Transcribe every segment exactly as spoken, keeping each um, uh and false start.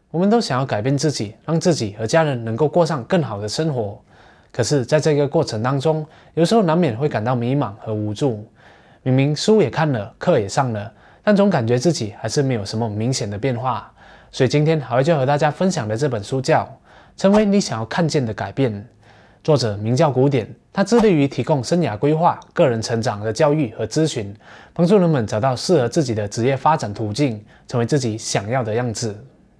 我们都想要改变自己，让自己和家人能够过上更好的生活。可是在这个过程当中，有时候难免会感到迷茫和无助。明明书也看了，课也上了，但总感觉自己还是没有什么明显的变化。所以今天好就和大家分享的这本书叫《成为你想要看见的改变》，作者名叫古典，他致力于提供生涯规划、个人成长的教育和咨询，帮助人们找到适合自己的职业发展途径，成为自己想要的样子。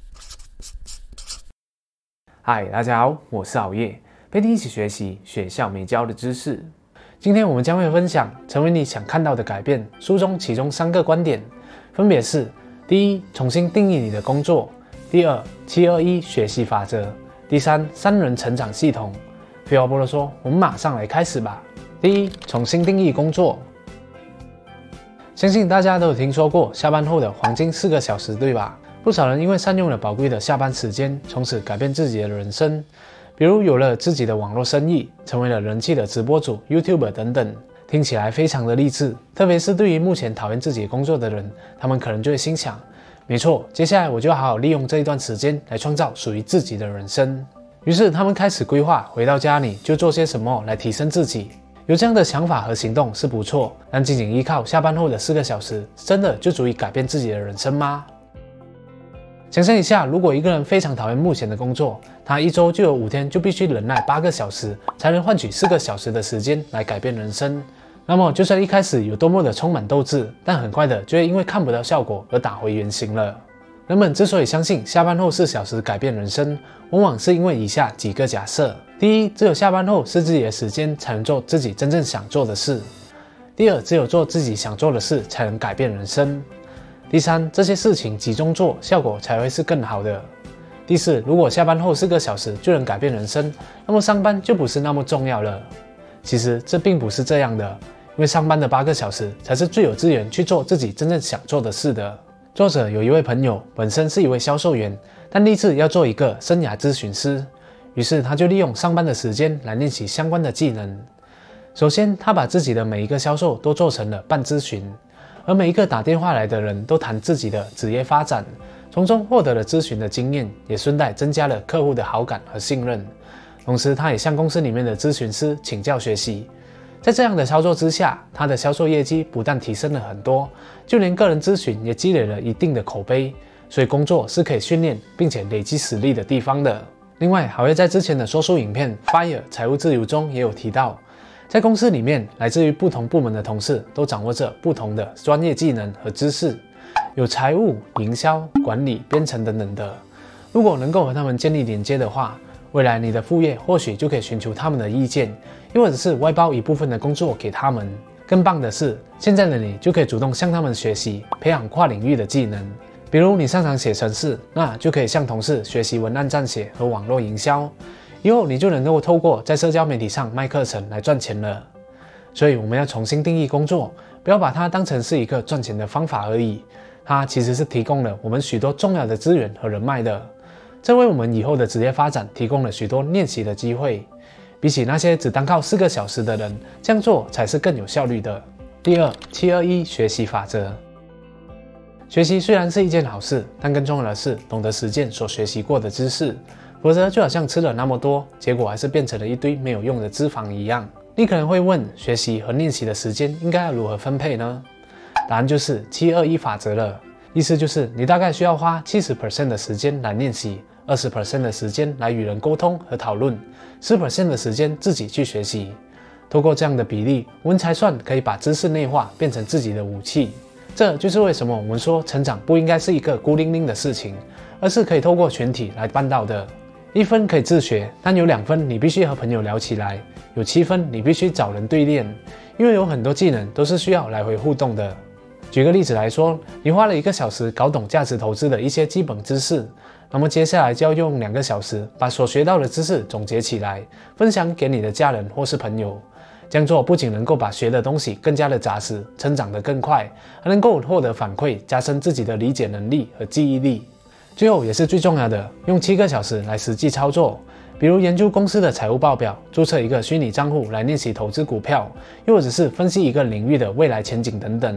嗨，大家好，我是熬夜，陪你一起学习学校没教的知识。今天我们将会分享《成为你想看到的改变》书中其中三个观点，分别是：第一，重新定义你的工作；第二，七二一学习法则；第三，三人成长系统。废话不多说，我们马上来开始吧。第一，重新定义工作。相信大家都有听说过下班后的黄金四个小时，对吧？不少人因为善用了宝贵的下班时间，从此改变自己的人生。比如有了自己的网络生意，成为了人气的直播主、YouTuber 等等，听起来非常的励志。特别是对于目前讨厌自己工作的人，他们可能就会心想：没错，接下来我就要好好利用这一段时间来创造属于自己的人生。于是他们开始规划回到家里就做些什么来提升自己。有这样的想法和行动是不错，但仅仅依靠下班后的四个小时，真的就足以改变自己的人生吗？想象一下，如果一个人非常讨厌目前的工作，他一周就有五天就必须忍耐八个小时，才能换取四个小时的时间来改变人生。那么就算一开始有多么的充满斗志，但很快的就会因为看不到效果而打回原形了。人们之所以相信下班后四小时改变人生，往往是因为以下几个假设：第一，只有下班后是自己的时间才能做自己真正想做的事；第二，只有做自己想做的事才能改变人生；第三，这些事情集中做，效果才会是更好的；第四，如果下班后四个小时就能改变人生，那么上班就不是那么重要了。其实这并不是这样的，因为上班的八个小时才是最有资源去做自己真正想做的事的。作者有一位朋友，本身是一位销售员，但立志要做一个生涯咨询师，于是他就利用上班的时间来练习相关的技能。首先，他把自己的每一个销售都做成了半咨询，而每一个打电话来的人都谈自己的职业发展，从中获得了咨询的经验，也顺带增加了客户的好感和信任。同时，他也向公司里面的咨询师请教学习。在这样的操作之下，他的销售业绩不但提升了很多，就连个人咨询也积累了一定的口碑。所以工作是可以训练并且累积实力的地方的。另外，好业在之前的说书影片 Fire 财务自由中也有提到，在公司里面，来自于不同部门的同事都掌握着不同的专业技能和知识，有财务、营销、管理、编程等等的。如果能够和他们建立连接的话，未来你的副业或许就可以寻求他们的意见，又或者是外包一部分的工作给他们。更棒的是，现在的你就可以主动向他们学习，培养跨领域的技能。比如你擅长写程式，那就可以向同事学习文案撰写和网络营销，以后你就能够透过在社交媒体上卖课程来赚钱了。所以我们要重新定义工作，不要把它当成是一个赚钱的方法而已，它其实是提供了我们许多重要的资源和人脉的，这为我们以后的职业发展提供了许多练习的机会。比起那些只单靠四个小时的人，这样做才是更有效率的。第二，七二一学习法则。学习虽然是一件好事，但更重要的是懂得实践所学习过的知识，否则就好像吃了那么多，结果还是变成了一堆没有用的脂肪一样。你可能会问，学习和练习的时间应该要如何分配呢？答案就是七二一法则了。意思就是你大概需要花 百分之七十 的时间来练习， 百分之二十 的时间来与人沟通和讨论， 百分之十 的时间自己去学习。透过这样的比例，我们才算可以把知识内化，变成自己的武器。这就是为什么我们说成长不应该是一个孤零零的事情，而是可以透过群体来办到的。一分可以自学，但有两分你必须和朋友聊起来，有七分你必须找人对练，因为有很多技能都是需要来回互动的。举个例子来说，你花了一个小时搞懂价值投资的一些基本知识，那么接下来就要用两个小时把所学到的知识总结起来，分享给你的家人或是朋友。这样做不仅能够把学的东西更加的扎实，成长得更快，还能够获得反馈，加深自己的理解能力和记忆力。最后也是最重要的，用七个小时来实际操作，比如研究公司的财务报表，注册一个虚拟账户来练习投资股票，又或者是分析一个领域的未来前景等等。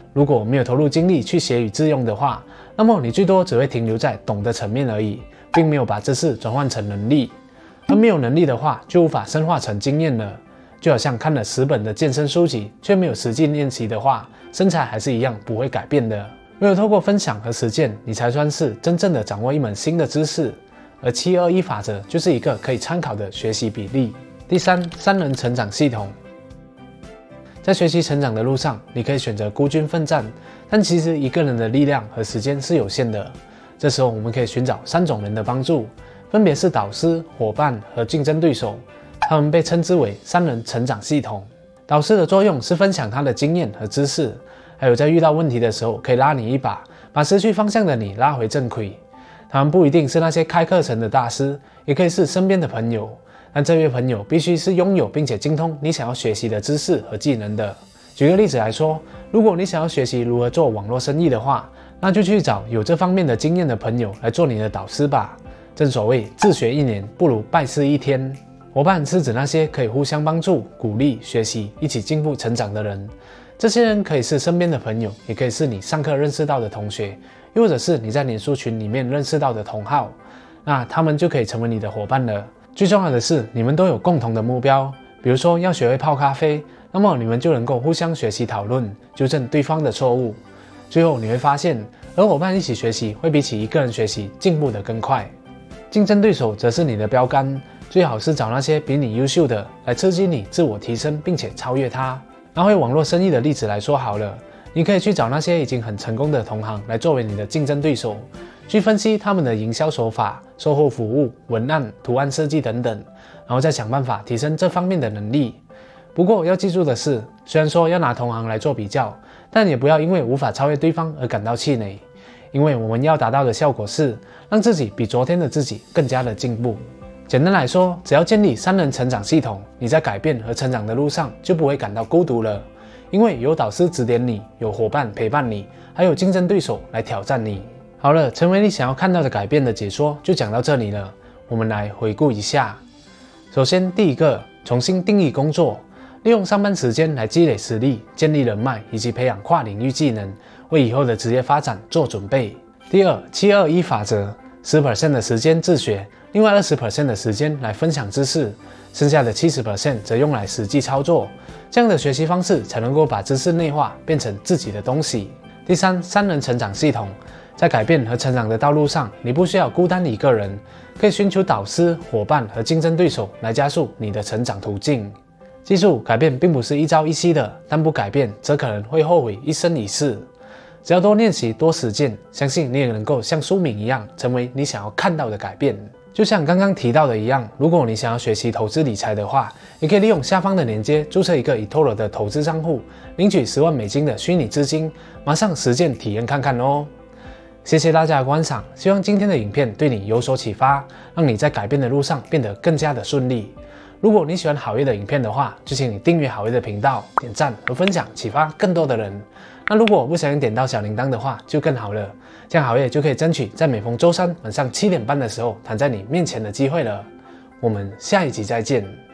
如果没有投入精力去学以致用的话，那么你最多只会停留在懂的层面而已，并没有把知识转换成能力。而没有能力的话，就无法深化成经验了。就好像看了十本的健身书籍，却没有实际练习的话，身材还是一样不会改变的。唯有透过分享和实践，你才算是真正的掌握一门新的知识。而七二一法则就是一个可以参考的学习比例。第三，三人成长系统。在学习成长的路上，你可以选择孤军奋战，但其实一个人的力量和时间是有限的。这时候我们可以寻找三种人的帮助，分别是导师、伙伴和竞争对手。他们被称之为三人成长系统。导师的作用是分享他的经验和知识，还有在遇到问题的时候可以拉你一把，把失去方向的你拉回正轨。他们不一定是那些开课程的大师，也可以是身边的朋友，但这位朋友必须是拥有并且精通你想要学习的知识和技能的。举个例子来说，如果你想要学习如何做网络生意的话，那就去找有这方面的经验的朋友来做你的导师吧。正所谓自学一年不如拜师一天。伙伴是指那些可以互相帮助、鼓励、学习、一起进步成长的人。这些人可以是身边的朋友，也可以是你上课认识到的同学，又或者是你在脸书群里面认识到的同好，那他们就可以成为你的伙伴了。最重要的是，你们都有共同的目标，比如说要学会泡咖啡，那么你们就能够互相学习讨论，纠正对方的错误。最后你会发现，和伙伴一起学习会比起一个人学习进步得更快。竞争对手则是你的标杆，最好是找那些比你优秀的，来刺激你自我提升，并且超越他。拿回网络生意的例子来说好了，你可以去找那些已经很成功的同行来作为你的竞争对手，去分析他们的营销手法、售后服务、文案、图案设计等等，然后再想办法提升这方面的能力。不过要记住的是，虽然说要拿同行来做比较，但也不要因为无法超越对方而感到气馁，因为我们要达到的效果是让自己比昨天的自己更加的进步。简单来说，只要建立三人成长系统，你在改变和成长的路上就不会感到孤独了，因为有导师指点你，有伙伴陪伴你，还有竞争对手来挑战你。好了，成为你想要看到的改变的解说就讲到这里了，我们来回顾一下。首先，第一个，重新定义工作，利用上班时间来积累实力、建立人脉以及培养跨领域技能，为以后的职业发展做准备。第二，七二一法则， 百分之十 的时间自学，另外 百分之二十 的时间来分享知识，剩下的 百分之七十 则用来实际操作。这样的学习方式才能够把知识内化，变成自己的东西。第三，三人成长系统，在改变和成长的道路上，你不需要孤单一个人，可以寻求导师、伙伴和竞争对手来加速你的成长途径。记住，改变并不是一朝一夕的，但不改变则可能会后悔一生一世。只要多练习、多实践，相信你也能够像书名一样，成为你想要看到的改变。就像刚刚提到的一样，如果你想要学习投资理财的话，也可以利用下方的链接注册一个eToro的投资账户，领取十万美金的虚拟资金，马上实践体验看看哦。谢谢大家的观赏，希望今天的影片对你有所启发，让你在改变的路上变得更加的顺利。如果你喜欢好业的影片的话，就请你订阅好业的频道，点赞和分享，启发更多的人。那如果不小心点到小铃铛的话，就更好了，这样好业就可以争取在每逢周三晚上七点半的时候弹在你面前的机会了。我们下一集再见。